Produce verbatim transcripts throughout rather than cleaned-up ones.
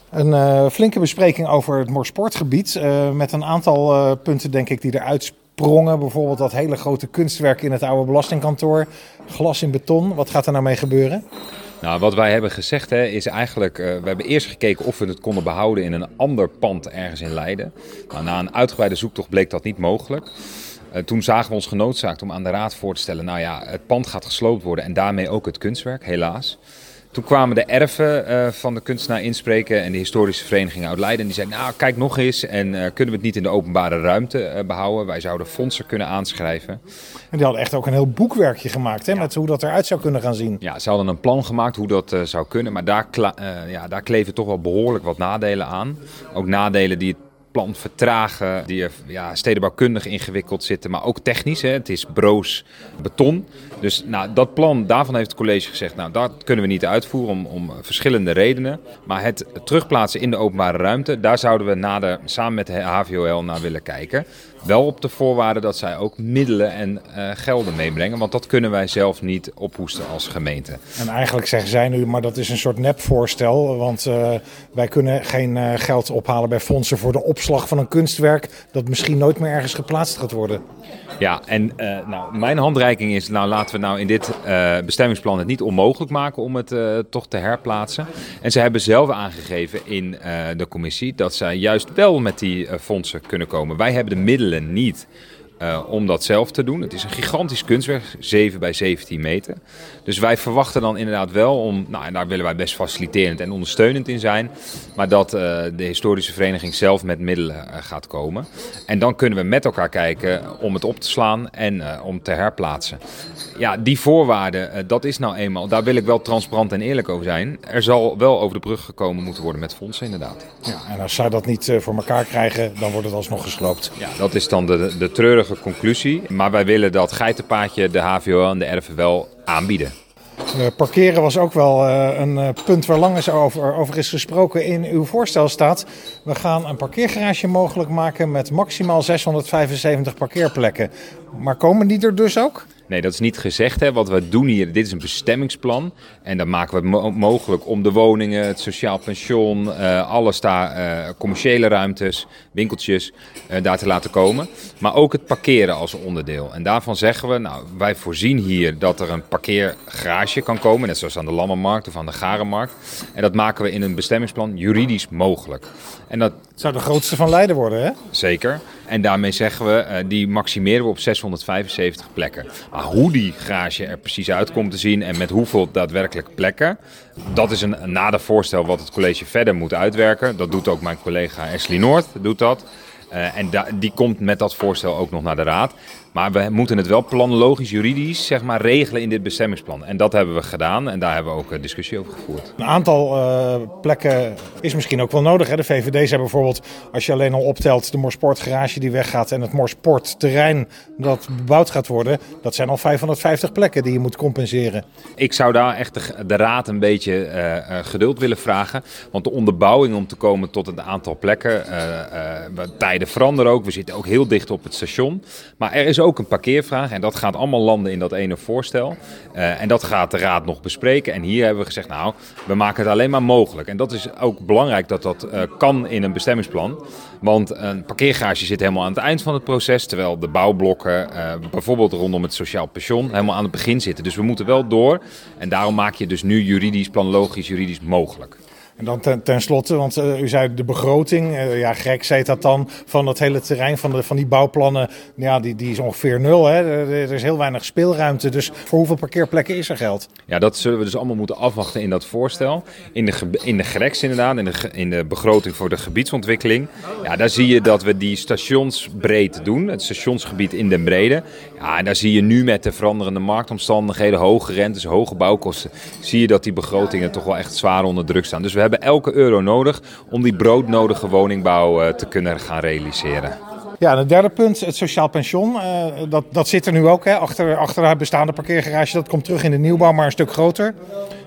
Een uh, flinke bespreking over het Morsportgebied. Uh, met een aantal uh, punten denk ik die eruit sprongen. Bijvoorbeeld dat hele grote kunstwerk in het oude belastingkantoor. Glas in beton. Wat gaat er nou mee gebeuren? Nou, wat wij hebben gezegd hè, is eigenlijk, uh, we hebben eerst gekeken of we het konden behouden in een ander pand ergens in Leiden. Nou, na een uitgebreide zoektocht bleek dat niet mogelijk. Uh, toen zagen we ons genoodzaakt om aan de raad voor te stellen, nou ja, het pand gaat gesloopt worden en daarmee ook het kunstwerk, helaas. Toen kwamen de erven uh, van de kunstenaar inspreken en de historische vereniging uit Leiden. Die zeiden, nou kijk nog eens en uh, kunnen we het niet in de openbare ruimte uh, behouden. Wij zouden fondsen kunnen aanschrijven. En die hadden echt ook een heel boekwerkje gemaakt hè, ja. met hoe dat eruit zou kunnen gaan zien. Ja, ze hadden een plan gemaakt hoe dat uh, zou kunnen. Maar daar, kla- uh, ja, daar kleven toch wel behoorlijk wat nadelen aan. Ook nadelen die het plan vertragen, die er ja, stedenbouwkundig ingewikkeld zitten, maar ook technisch. Hè. Het is broos beton. Dus nou, dat plan, daarvan heeft het college gezegd, nou dat kunnen we niet uitvoeren om, om verschillende redenen. Maar het terugplaatsen in de openbare ruimte, daar zouden we nader samen met de H V O L naar willen kijken. Wel op de voorwaarde dat zij ook middelen en uh, gelden meebrengen, want dat kunnen wij zelf niet ophoesten als gemeente. En eigenlijk zeggen zij nu, maar dat is een soort nepvoorstel, want uh, wij kunnen geen uh, geld ophalen bij fondsen voor de opslag van een kunstwerk dat misschien nooit meer ergens geplaatst gaat worden. Ja, en uh, nou, mijn handreiking is, nou laten we nou in dit uh, bestemmingsplan het niet onmogelijk maken om het uh, toch te herplaatsen. En ze hebben zelf aangegeven in uh, de commissie dat zij juist wel met die uh, fondsen kunnen komen. Wij hebben de middelen niet uh, om dat zelf te doen. Het is een gigantisch kunstwerk, zeven bij zeventien meter. Dus wij verwachten dan inderdaad wel om, nou en daar willen wij best faciliterend en ondersteunend in zijn, maar dat uh, de historische vereniging zelf met middelen uh, gaat komen. En dan kunnen we met elkaar kijken om het op te slaan en uh, om te herplaatsen. Ja, die voorwaarden, uh, dat is nou eenmaal, daar wil ik wel transparant en eerlijk over zijn. Er zal wel over de brug gekomen moeten worden met fondsen inderdaad. Ja, en als zij dat niet uh, voor elkaar krijgen, dan wordt het alsnog gesloopt. Ja, dat is dan de, de treurige conclusie. Maar wij willen dat geitenpaadje de H V O L en de erven wel aanbieden. Uh, parkeren was ook wel uh, een uh, punt waar lang is over, over is gesproken. In uw voorstel staat, we gaan een parkeergarage mogelijk maken met maximaal zeshonderdvijfenzeventig parkeerplekken. Maar komen die er dus ook? Nee, dat is niet gezegd. Hè. Wat we doen hier, dit is een bestemmingsplan. En dan maken we het mo- mogelijk om de woningen, het sociaal pensioen, uh, alles daar, uh, commerciële ruimtes, winkeltjes, uh, daar te laten komen. Maar ook het parkeren als onderdeel. En daarvan zeggen we, nou, wij voorzien hier dat er een parkeergarage kan komen, net zoals aan de Lammermarkt of aan de Garenmarkt. En dat maken we in een bestemmingsplan juridisch mogelijk. En dat het zou de grootste van Leiden worden, hè? Zeker. En daarmee zeggen we, uh, die maximeren we op zeshonderdvijfenzeventig plekken. Maar hoe die garage er precies uit komt te zien en met hoeveel daadwerkelijk plekken, dat is een, een nader voorstel wat het college verder moet uitwerken. Dat doet ook mijn collega Ashley Noord, doet dat. Uh, en da- die komt met dat voorstel ook nog naar de raad. Maar we moeten het wel planologisch, juridisch zeg maar, regelen in dit bestemmingsplan. En dat hebben we gedaan en daar hebben we ook een discussie over gevoerd. Een aantal uh, plekken is misschien ook wel nodig. Hè? De V V D zei bijvoorbeeld, als je alleen al optelt de Morsportgarage die weggaat en het Morsportterrein dat bebouwd gaat worden, dat zijn al vijfhonderdvijftig plekken die je moet compenseren. Ik zou daar echt de, de raad een beetje uh, uh, geduld willen vragen. Want de onderbouwing om te komen tot een aantal plekken, uh, uh, tijden veranderen ook. We zitten ook heel dicht op het station. Maar er is ook een parkeervraag en dat gaat allemaal landen in dat ene voorstel. Uh, en dat gaat de raad nog bespreken. En hier hebben we gezegd, nou, we maken het alleen maar mogelijk. En dat is ook belangrijk dat dat uh, kan in een bestemmingsplan. Want een parkeergarage zit helemaal aan het eind van het proces, terwijl de bouwblokken, uh, bijvoorbeeld rondom het sociaal pensioen, helemaal aan het begin zitten. Dus we moeten wel door. En daarom maak je dus nu juridisch, planologisch, juridisch mogelijk. En dan ten, ten slotte, want uh, u zei de begroting, uh, ja gek zei dat dan, van dat hele terrein, van, de, van die bouwplannen, ja die, die is ongeveer nul. Hè? Er, er is heel weinig speelruimte, dus voor hoeveel parkeerplekken is er geld? Ja, dat zullen we dus allemaal moeten afwachten in dat voorstel. In de, ge- in de Grex inderdaad, in de, ge- in de begroting voor de gebiedsontwikkeling. Ja, daar zie je dat we die stationsbreed doen, het stationsgebied in Den Brede. Ja, en daar zie je nu met de veranderende marktomstandigheden, hoge rentes, hoge bouwkosten, zie je dat die begrotingen toch wel echt zwaar onder druk staan. Dus we hebben elke euro nodig om die broodnodige woningbouw uh, te kunnen gaan realiseren. Ja, en het derde punt, het sociaal pensioen. Uh, dat, dat zit er nu ook, hè, achter, achter het bestaande parkeergarage. Dat komt terug in de nieuwbouw, maar een stuk groter.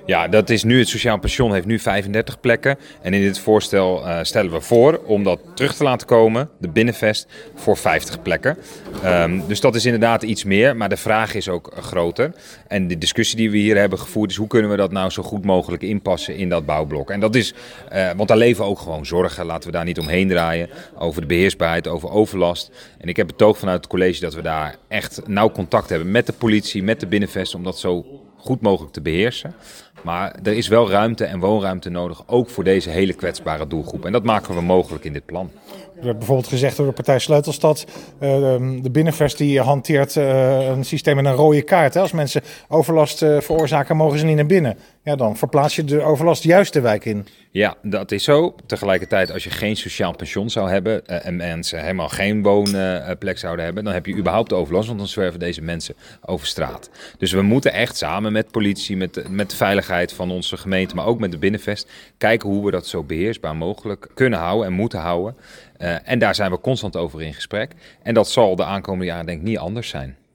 Ja, dat is nu het Sociaal Pension heeft nu vijfendertig plekken. En in dit voorstel uh, stellen we voor om dat terug te laten komen, de binnenvest, voor vijftig plekken. Um, dus dat is inderdaad iets meer, maar de vraag is ook groter. En de discussie die we hier hebben gevoerd is hoe kunnen we dat nou zo goed mogelijk inpassen in dat bouwblok. En dat is, uh, want daar leven ook gewoon zorgen, laten we daar niet omheen draaien, over de beheersbaarheid, over overlast. En ik heb betoogd vanuit het college dat we daar echt nauw contact hebben met de politie, met de binnenvest, om dat zo goed mogelijk te beheersen. Maar er is wel ruimte en woonruimte nodig, ook voor deze hele kwetsbare doelgroep. En dat maken we mogelijk in dit plan. Er werd bijvoorbeeld gezegd door de partij Sleutelstad, uh, de binnenvest die hanteert uh, een systeem met een rode kaart. Hè? Als mensen overlast uh, veroorzaken, mogen ze niet naar binnen. Ja, dan verplaats je de overlast juist de wijk in. Ja, dat is zo. Tegelijkertijd, als je geen sociaal pensioen zou hebben uh, en mensen helemaal geen woonplek uh, zouden hebben, dan heb je überhaupt overlast, want dan zwerven deze mensen over straat. Dus we moeten echt samen met politie, met, met de veiligheid van onze gemeente, maar ook met de binnenvest, kijken hoe we dat zo beheersbaar mogelijk kunnen houden en moeten houden. Uh, en daar zijn we constant over in gesprek. En dat zal de aankomende jaren denk ik niet anders zijn.